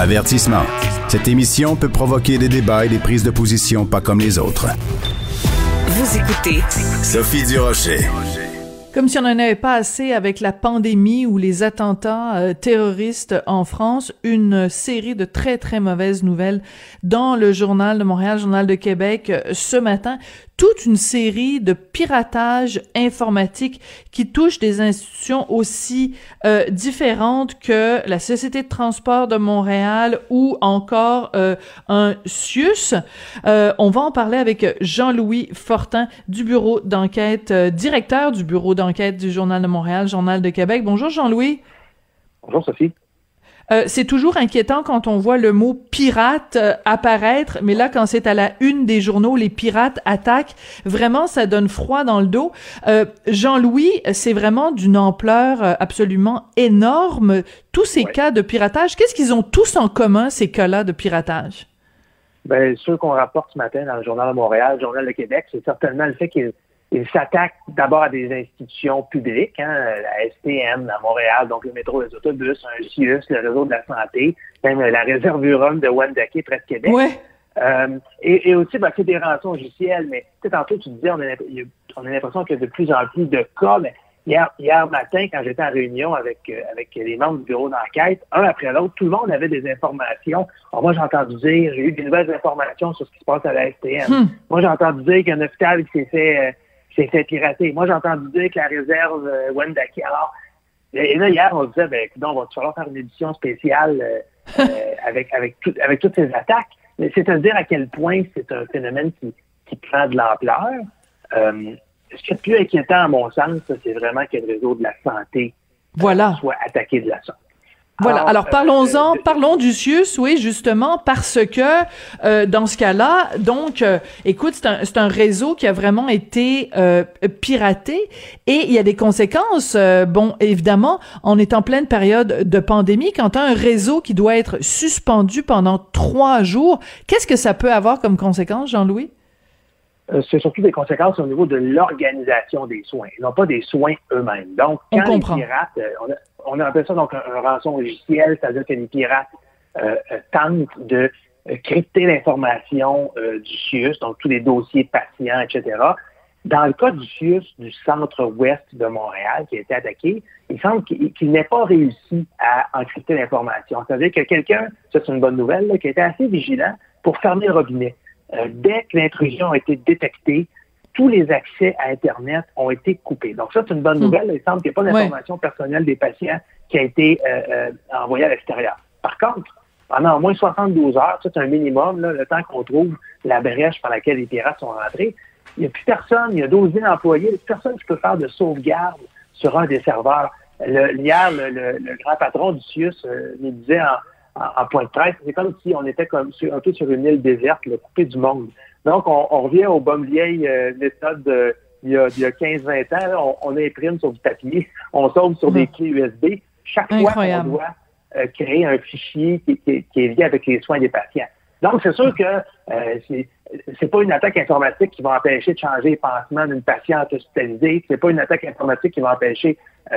Avertissement. Cette émission peut provoquer des débats et des prises de position pas comme les autres. Vous écoutez Sophie Durocher. Comme si on n'en avait pas assez avec la pandémie ou les attentats terroristes en France, une série de très, très mauvaises nouvelles dans le Journal de Montréal, Journal de Québec ce matin. Toute une série de piratages informatiques qui touchent des institutions aussi différentes que la Société de transport de Montréal ou encore un CIUS. On va en parler avec Jean-Louis Fortin du bureau d'enquête, directeur du bureau d'enquête du Journal de Montréal, Journal de Québec. Bonjour Jean-Louis. Bonjour Sophie. C'est toujours inquiétant quand on voit le mot pirate apparaître, mais là, quand c'est à la une des journaux, les pirates attaquent, vraiment, ça donne froid dans le dos. Jean-Louis, c'est vraiment d'une ampleur absolument énorme, tous ces cas de piratage. Qu'est-ce qu'ils ont tous en commun, ces cas-là de piratage? Ben, ceux qu'on rapporte ce matin dans le Journal de Montréal, le Journal de Québec, c'est certainement le fait qu'ils s'attaquent d'abord à des institutions publiques, la STM à Montréal, donc le métro, les autobus, un CIUS, le réseau de la santé, même la réserve Huron de Wendake près de Québec. Ouais. Et aussi, c'est des rançons logicielles, mais tantôt tu disais, on a l'impression qu'il y a de plus en plus de cas, mais hier matin, quand j'étais en réunion avec les membres du bureau d'enquête, un après l'autre, tout le monde avait des informations. Alors, moi, j'ai entendu dire, j'ai eu des nouvelles informations sur ce qui se passe à la STM. Moi, j'ai entendu dire qu'il y a un hôpital qui s'est fait pirater. Moi, j'ai entendu dire que la réserve Wendake. Alors, et là, hier, on disait, on va falloir faire une édition spéciale avec toutes ces attaques. Mais c'est-à-dire à quel point c'est un phénomène qui prend de l'ampleur. Ce qui est plus inquiétant, à mon sens, c'est vraiment que le réseau de la santé soit attaqué de la sorte. Voilà. Alors, parlons du CIUS, oui, justement, parce que dans ce cas-là, donc, écoute, c'est un réseau qui a vraiment été piraté et il y a des conséquences. Bon, évidemment, on est en pleine période de pandémie. Quand tu as un réseau qui doit être suspendu pendant 3 jours, qu'est-ce que ça peut avoir comme conséquence, Jean-Louis? C'est surtout des conséquences au niveau de l'organisation des soins, non pas des soins eux-mêmes. Donc, quand les pirates, on appelle ça donc un rançon logiciel, c'est-à-dire que les pirates tentent de crypter l'information du CIUS, donc tous les dossiers patients, etc. Dans le cas du CIUS du centre-ouest de Montréal qui a été attaqué, il semble qu'il n'ait pas réussi à encrypter l'information. C'est-à-dire que quelqu'un, ça c'est une bonne nouvelle, là, qui a été assez vigilant pour fermer le robinet. Dès que l'intrusion a été détectée, tous les accès à Internet ont été coupés. Donc ça, c'est une bonne nouvelle. Il semble qu'il n'y a pas d'information personnelle des patients qui a été envoyée à l'extérieur. Par contre, pendant au moins 72 heures, ça c'est un minimum, là, le temps qu'on trouve la brèche par laquelle les pirates sont rentrés, il n'y a plus personne, il y a 12 000 employés, il n'y a plus personne qui peut faire de sauvegarde sur un des serveurs. Hier, le grand patron du CIUS nous disait en point de presse, c'est comme si on était un peu sur une île déserte, coupé du monde. Donc, on revient aux bonnes vieilles méthodes il y a 15-20 ans. Là, on imprime sur du papier, on sauve sur des clés USB. Chaque fois, on doit créer un fichier qui est lié avec les soins des patients. Donc, c'est sûr que c'est pas une attaque informatique qui va empêcher de changer les pansements d'une patiente hospitalisée. C'est pas une attaque informatique qui va empêcher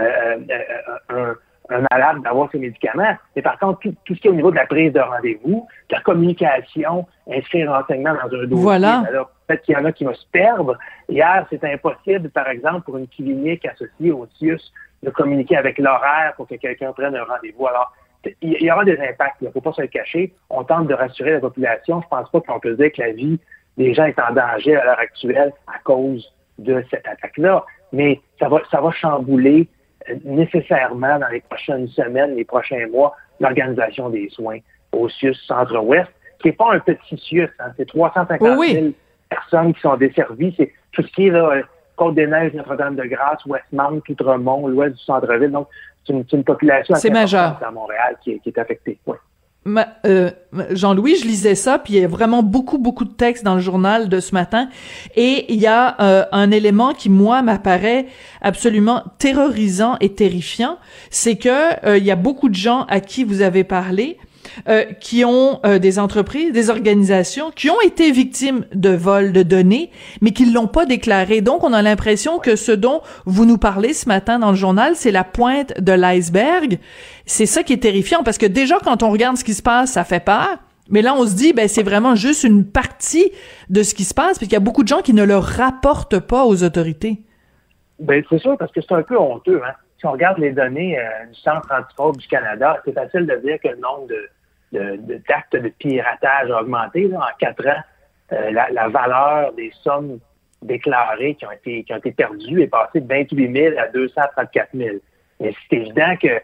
un malade d'avoir ses médicaments. Mais par contre, tout ce qui est au niveau de la prise de rendez-vous, de la communication, inscrire renseignements dans un dossier. Voilà. Alors, peut-être qu'il y en a qui vont se perdre. Hier, c'était impossible, par exemple, pour une clinique associée au CIUS de communiquer avec l'horaire pour que quelqu'un prenne un rendez-vous. Alors, il y aura des impacts. Il ne faut pas se le cacher. On tente de rassurer la population. Je pense pas qu'on peut dire que la vie des gens est en danger à l'heure actuelle à cause de cette attaque-là. Mais ça va chambouler nécessairement dans les prochaines semaines, les prochains mois, l'organisation des soins au CIUS Centre-Ouest, qui n'est pas un petit CIUS, c'est 350 000 personnes qui sont desservies. C'est tout ce qui est là, Côte-des-Neiges, Notre-Dame-de-Grâce, Westmount, Outremont, l'ouest du centre-ville. Donc, c'est une population assez importante à Montréal qui est affectée. Oui. Jean-Louis, je lisais ça, puis il y a vraiment beaucoup de textes dans le journal de ce matin, et il y a un élément qui, moi, m'apparaît absolument terrorisant et terrifiant, c'est que il y a beaucoup de gens à qui vous avez parlé qui ont des entreprises, des organisations qui ont été victimes de vols de données, mais qui l'ont pas déclaré. Donc, on a l'impression que ce dont vous nous parlez ce matin dans le journal, c'est la pointe de l'iceberg. C'est ça qui est terrifiant, parce que déjà, quand on regarde ce qui se passe, ça fait peur. Mais là, on se dit, ben, c'est vraiment juste une partie de ce qui se passe, puis qu'il y a beaucoup de gens qui ne le rapportent pas aux autorités. Ben, c'est sûr, parce que c'est un peu honteux, hein. Si on regarde les données du Centre antifraude du Canada, c'est facile de dire que le nombre d'actes de piratage a augmenté, là, en 4 ans. La valeur des sommes déclarées qui ont été perdues est passée de 28 000 à 234 000. Mais c'est évident que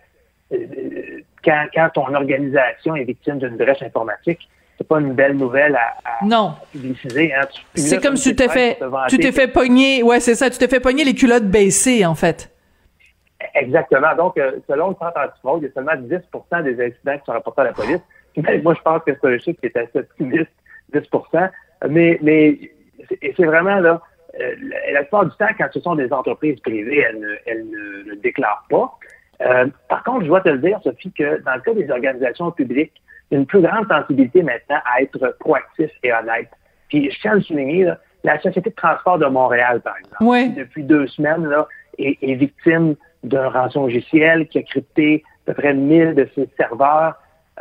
quand ton organisation est victime d'une brèche informatique, c'est pas une belle nouvelle à publiciser. Hein. C'est comme si tu t'es fait pogner, ouais, c'est ça, tu t'es fait pogner les culottes baissées, en fait. Exactement. Donc, selon le Centre antifraude, il y a seulement 10 des incidents qui sont rapportés à la police. Mais moi, je pense que c'est un chiffre qui est assez optimiste, 10 Mais c'est vraiment, là, la plupart du temps, quand ce sont des entreprises privées, elles ne le déclarent pas. Par contre, je dois te le dire, Sophie, que dans le cas des organisations publiques, il y a une plus grande sensibilité maintenant à être proactif et honnête. Puis, je tiens à le souligner, là, la Société de transport de Montréal, par exemple, depuis 2 semaines, là, est victime d'un rançon logiciel qui a crypté à peu près 1000 de ses serveurs.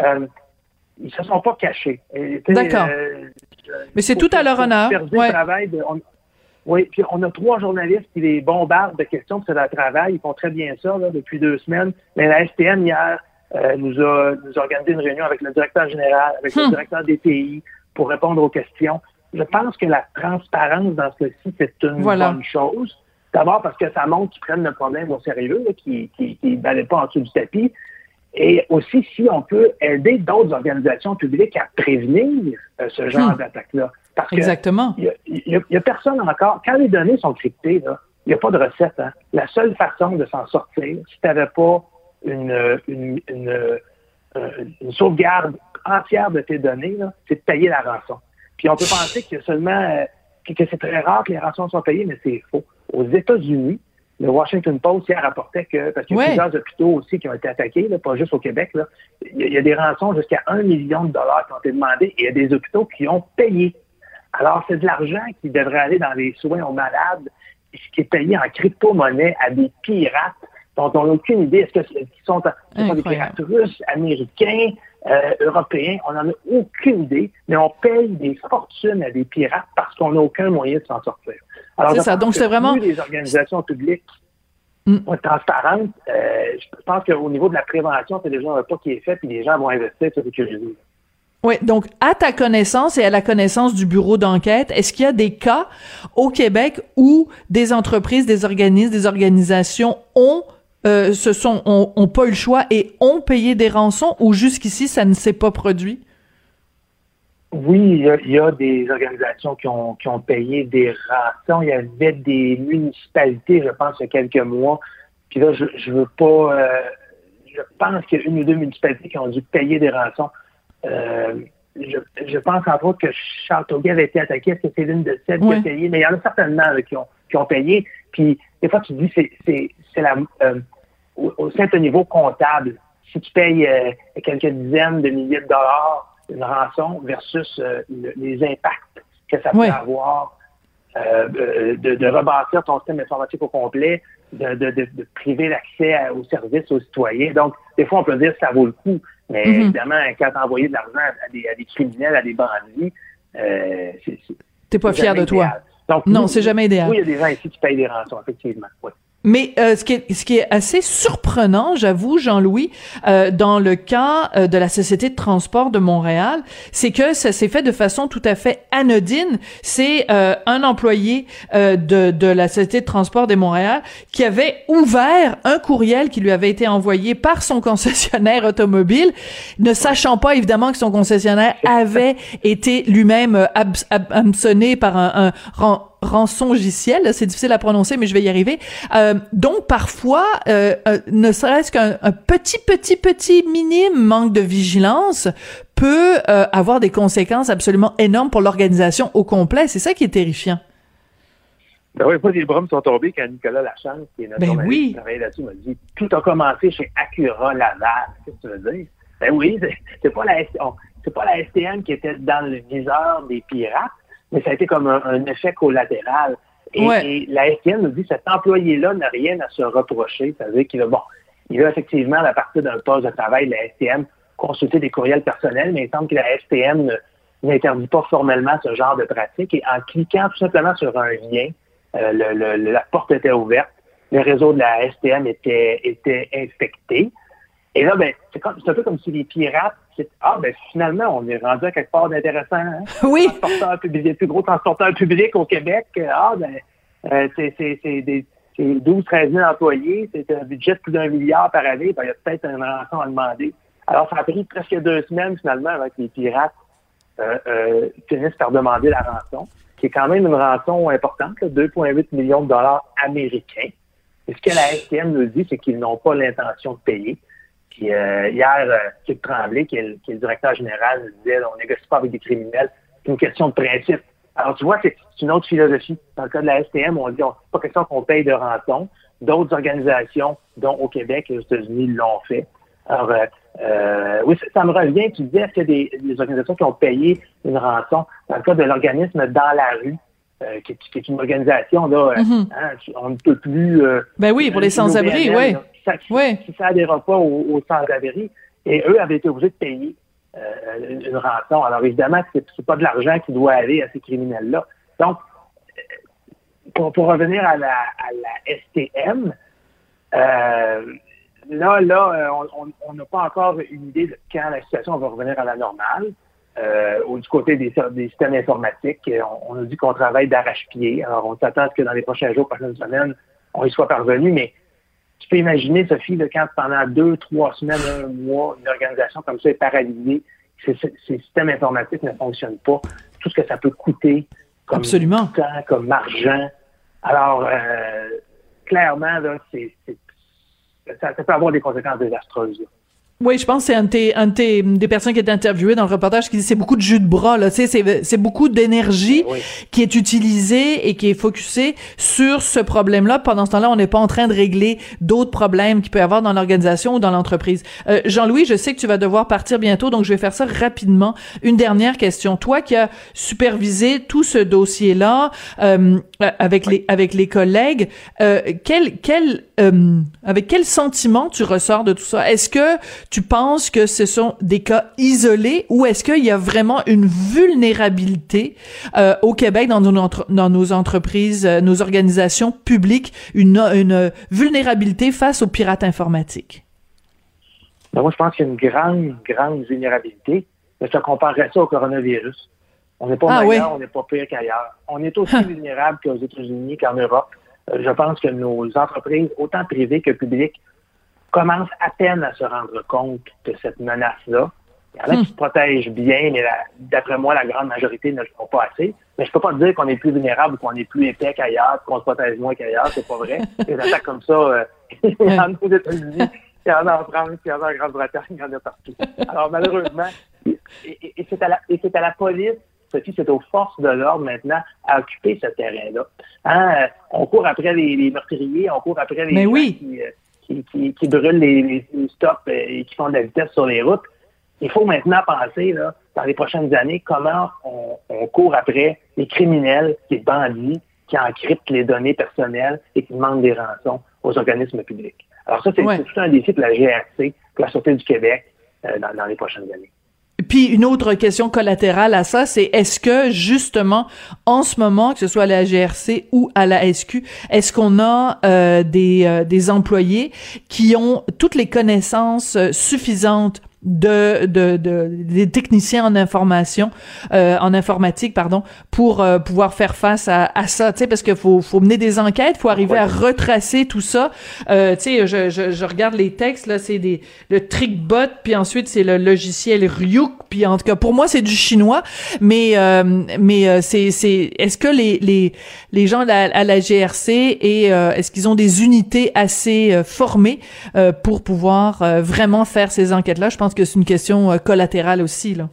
Ils se sont pas cachés. D'accord. Mais c'est tout à leur honneur. Oui, puis on a 3 journalistes qui les bombardent de questions sur leur travail. Ils font très bien ça là, depuis 2 semaines. Mais la STM, hier, nous a organisé une réunion avec le directeur général, avec le directeur des TI pour répondre aux questions. Je pense que la transparence dans ce cas-ci, c'est une bonne chose. D'abord parce que ça montre qu'ils prennent le problème au sérieux, qu'ils ne balayent pas en dessous du tapis. Et aussi, si on peut aider d'autres organisations publiques à prévenir ce genre d'attaque-là. Parce Exactement. Il y a personne encore. Quand les données sont cryptées, il n'y a pas de recette. Hein. La seule façon de s'en sortir, si tu n'avais pas une sauvegarde entière de tes données, là, c'est de payer la rançon. Puis on peut penser que c'est très rare que les rançons soient payées, mais c'est faux. Aux États-Unis, le Washington Post hier rapportait que, parce qu'il y a plusieurs hôpitaux aussi qui ont été attaqués, là, pas juste au Québec, là, il y a des rançons jusqu'à $1 million qui ont été demandées et il y a des hôpitaux qui ont payé. Alors, c'est de l'argent qui devrait aller dans les soins aux malades, qui est payé en crypto-monnaie à des pirates dont on n'a aucune idée. Est-ce qu'ils sont des pirates russes, américains, européens? On n'en a aucune idée, mais on paye des fortunes à des pirates parce qu'on n'a aucun moyen de s'en sortir. Alors, c'est ça. Donc, c'est vraiment les organisations publiques transparentes. Je pense qu'au niveau de la prévention, c'est déjà un pas qui est fait, puis les gens vont investir sur sécuriser. Oui, donc à ta connaissance et à la connaissance du bureau d'enquête, est-ce qu'il y a des cas au Québec où des entreprises, des organismes, des organisations ont pas eu le choix et ont payé des rançons, ou jusqu'ici ça ne s'est pas produit? Oui, il y a des organisations qui ont payé des rançons. Il y avait des municipalités, je pense, il y a quelques mois. Puis là, je veux pas... je pense qu'il y a 1 ou 2 municipalités qui ont dû payer des rançons. Je pense entre autres que Châteauguay avait été attaqué. Est-ce que c'est l'une de celles qui a payé? Mais il y en a certainement là, qui ont payé. Puis des fois, tu te dis c'est au simple niveau comptable. Si tu payes quelques dizaines de milliers de dollars une rançon versus les impacts que ça peut avoir de rebâtir ton système informatique au complet, de priver l'accès aux services aux citoyens. Donc, des fois, on peut dire que ça vaut le coup. Mais évidemment, quand tu as envoyé de l'argent à des criminels, à des bandits, t'es pas fier de toi. Donc, non, c'est jamais idéal. Oui, il y a des gens ici qui payent des rançons, effectivement. Oui. Mais ce qui est assez surprenant, j'avoue, Jean-Louis, dans le cas de la Société de transport de Montréal, c'est que ça s'est fait de façon tout à fait anodine. C'est un employé de la Société de transport de Montréal qui avait ouvert un courriel qui lui avait été envoyé par son concessionnaire automobile, ne sachant pas évidemment que son concessionnaire avait été lui-même hameçonné par un rançongiciel, c'est difficile à prononcer, mais je vais y arriver. Donc, parfois, ne serait-ce qu'un petit minime manque de vigilance peut avoir des conséquences absolument énormes pour l'organisation au complet. C'est ça qui est terrifiant. Ben oui, pas des brumes sont tombées quand Nicolas Lachance, qui est notre journaliste qui travaille là-dessus, m'a dit « Tout a commencé chez Acura Laval ». Qu'est-ce que tu veux dire? Ben oui, c'est pas la STM qui était dans le viseur des pirates, mais ça a été comme un effet collatéral. Et la STM nous dit que cet employé-là n'a rien à se reprocher. C'est-à-dire qu'il a effectivement, à partir d'un poste de travail de la STM, consulter des courriels personnels, mais il semble que la STM n'interdit pas formellement ce genre de pratique. Et en cliquant tout simplement sur un lien, la porte était ouverte, le réseau de la STM était infecté. Et là, c'est un peu comme si les pirates, finalement, on est rendu à quelque part d'intéressant. Hein? Oui. Les plus gros transporteurs publics au Québec, c'est 12-13 000 employés, c'est un budget de plus d'1 milliard par année, il y a peut-être une rançon à demander. Alors, ça a pris presque 2 semaines, finalement, avant que les pirates finissent par demander la rançon, qui est quand même une rançon importante, 2,8 millions de dollars américains. Et ce que la STM nous dit, c'est qu'ils n'ont pas l'intention de payer. Puis hier, Philippe Tremblay, qui est le directeur général, nous disait on négocie pas avec des criminels, c'est une question de principe. Alors, tu vois, c'est une autre philosophie. Dans le cas de la STM, on dit c'est pas question qu'on paye de rançon. D'autres organisations, dont au Québec et aux États-Unis, l'ont fait. Alors, oui, ça me revient. Tu disais, est-ce qu'il y a des organisations qui ont payé une rançon? Dans le cas de l'organisme Dans la rue, qui est une organisation, là, on ne peut plus... ben oui, pour les sans-abri, oui. Si ça n'adhère pas aux sans-abri, et eux avaient été obligés de payer une rançon. Alors, évidemment, c'est pas de l'argent qui doit aller à ces criminels-là. Donc, pour revenir à la STM, on n'a pas encore une idée de quand la situation va revenir à la normale. Du côté des systèmes informatiques, on nous dit qu'on travaille d'arrache-pied. Alors, on s'attend à ce que dans les prochains jours, prochaines semaines, on y soit parvenu. Mais tu peux imaginer, Sophie, quand pendant 2-3 semaines, 1 mois, une organisation comme ça est paralysée, ces systèmes informatiques ne fonctionnent pas, tout ce que ça peut coûter comme temps, comme argent. Alors, clairement, là, ça peut avoir des conséquences désastreuses. Là. Oui, je pense que c'est des personnes qui étaient interviewées dans le reportage qui dit c'est beaucoup de jus de bras, là. Tu sais, c'est beaucoup d'énergie qui est utilisée et qui est focusée sur ce problème-là. Pendant ce temps-là, on n'est pas en train de régler d'autres problèmes qu'il peut y avoir dans l'organisation ou dans l'entreprise. Jean-Louis, je sais que tu vas devoir partir bientôt, donc je vais faire ça rapidement. Une dernière question. Toi qui as supervisé tout ce dossier-là, avec les collègues, avec quel sentiment tu ressors de tout ça? Est-ce que tu penses que ce sont des cas isolés ou est-ce qu'il y a vraiment une vulnérabilité au Québec dans nos entreprises, nos organisations publiques, une vulnérabilité face aux pirates informatiques? Ben moi, je pense qu'il y a une grande vulnérabilité. Mais je comparerais ça au coronavirus. On n'est pas meilleur, on n'est pas pire qu'ailleurs. On est aussi vulnérable qu'aux États-Unis, qu'en Europe. Je pense que nos entreprises, autant privées que publiques, commencent à peine à se rendre compte de cette menace-là. Il y en a qui se protègent bien, mais d'après moi, la grande majorité ne le font pas assez. Mais je peux pas te dire qu'on est plus vulnérable ou qu'on est plus épais qu'ailleurs, qu'on se protège moins qu'ailleurs, c'est pas vrai. Des attaques comme ça, il y en a aux États-Unis, il y en a en France, il y en a en Grande-Bretagne, il y en a partout. Alors malheureusement, et c'est à la police, Sophie, c'est aux forces de l'ordre maintenant à occuper ce terrain-là. On court après les meurtriers, on court après les gens qui brûlent les stops et qui font de la vitesse sur les routes. Il faut maintenant penser, là, dans les prochaines années, comment on court après les criminels, les bandits qui encryptent les données personnelles et qui demandent des rançons aux organismes publics. Alors ça, c'est tout un défi de la GRC, de la Sûreté du Québec dans les prochaines années. Puis une autre question collatérale à ça, c'est est-ce que justement en ce moment, que ce soit à la GRC ou à la SQ, est-ce qu'on a des employés qui ont toutes les connaissances suffisantes des techniciens en informatique, pour pouvoir faire face à ça, tu sais, parce que faut mener des enquêtes, faut arriver à retracer tout ça. Tu sais, je regarde les textes là, c'est le TrickBot, puis ensuite c'est le logiciel Ryuk, puis en tout cas pour moi c'est du chinois, mais c'est est-ce que les gens à la GRC est-ce qu'ils ont des unités assez formées pour pouvoir vraiment faire ces enquêtes-là? Je pense que c'est une question collatérale aussi, là.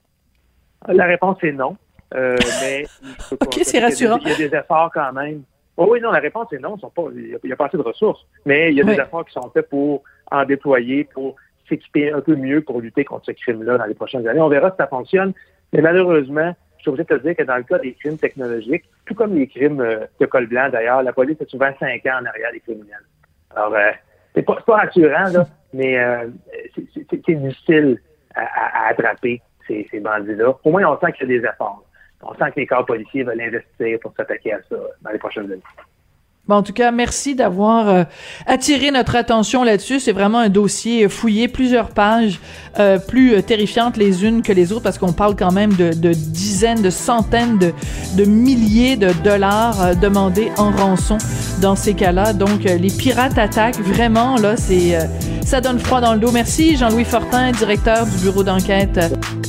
La réponse est non. Mais OK, c'est rassurant. Il y a des efforts quand même. Oh, oui, non, la réponse est non. Il n'y a pas assez de ressources. Mais il y a des efforts qui sont faits pour en déployer, pour s'équiper un peu mieux pour lutter contre ce crime-là dans les prochaines années. On verra si ça fonctionne, mais malheureusement, je suis obligé de te dire que dans le cas des crimes technologiques, tout comme les crimes de col blanc d'ailleurs, la police est souvent 5 ans en arrière des criminels. Alors, c'est pas rassurant, là, mais c'est difficile à attraper ces bandits-là. Au moins, on sent qu'il y a des efforts. On sent que les corps policiers veulent investir pour s'attaquer à ça dans les prochaines années. Bon, en tout cas, merci d'avoir attiré notre attention là-dessus. C'est vraiment un dossier fouillé, plusieurs pages plus terrifiantes les unes que les autres, parce qu'on parle quand même de dizaines, de centaines de milliers de dollars demandés en rançon dans ces cas-là. Donc, les pirates attaquent, vraiment, là, ça donne froid dans le dos. Merci, Jean-Louis Fortin, directeur du bureau d'enquête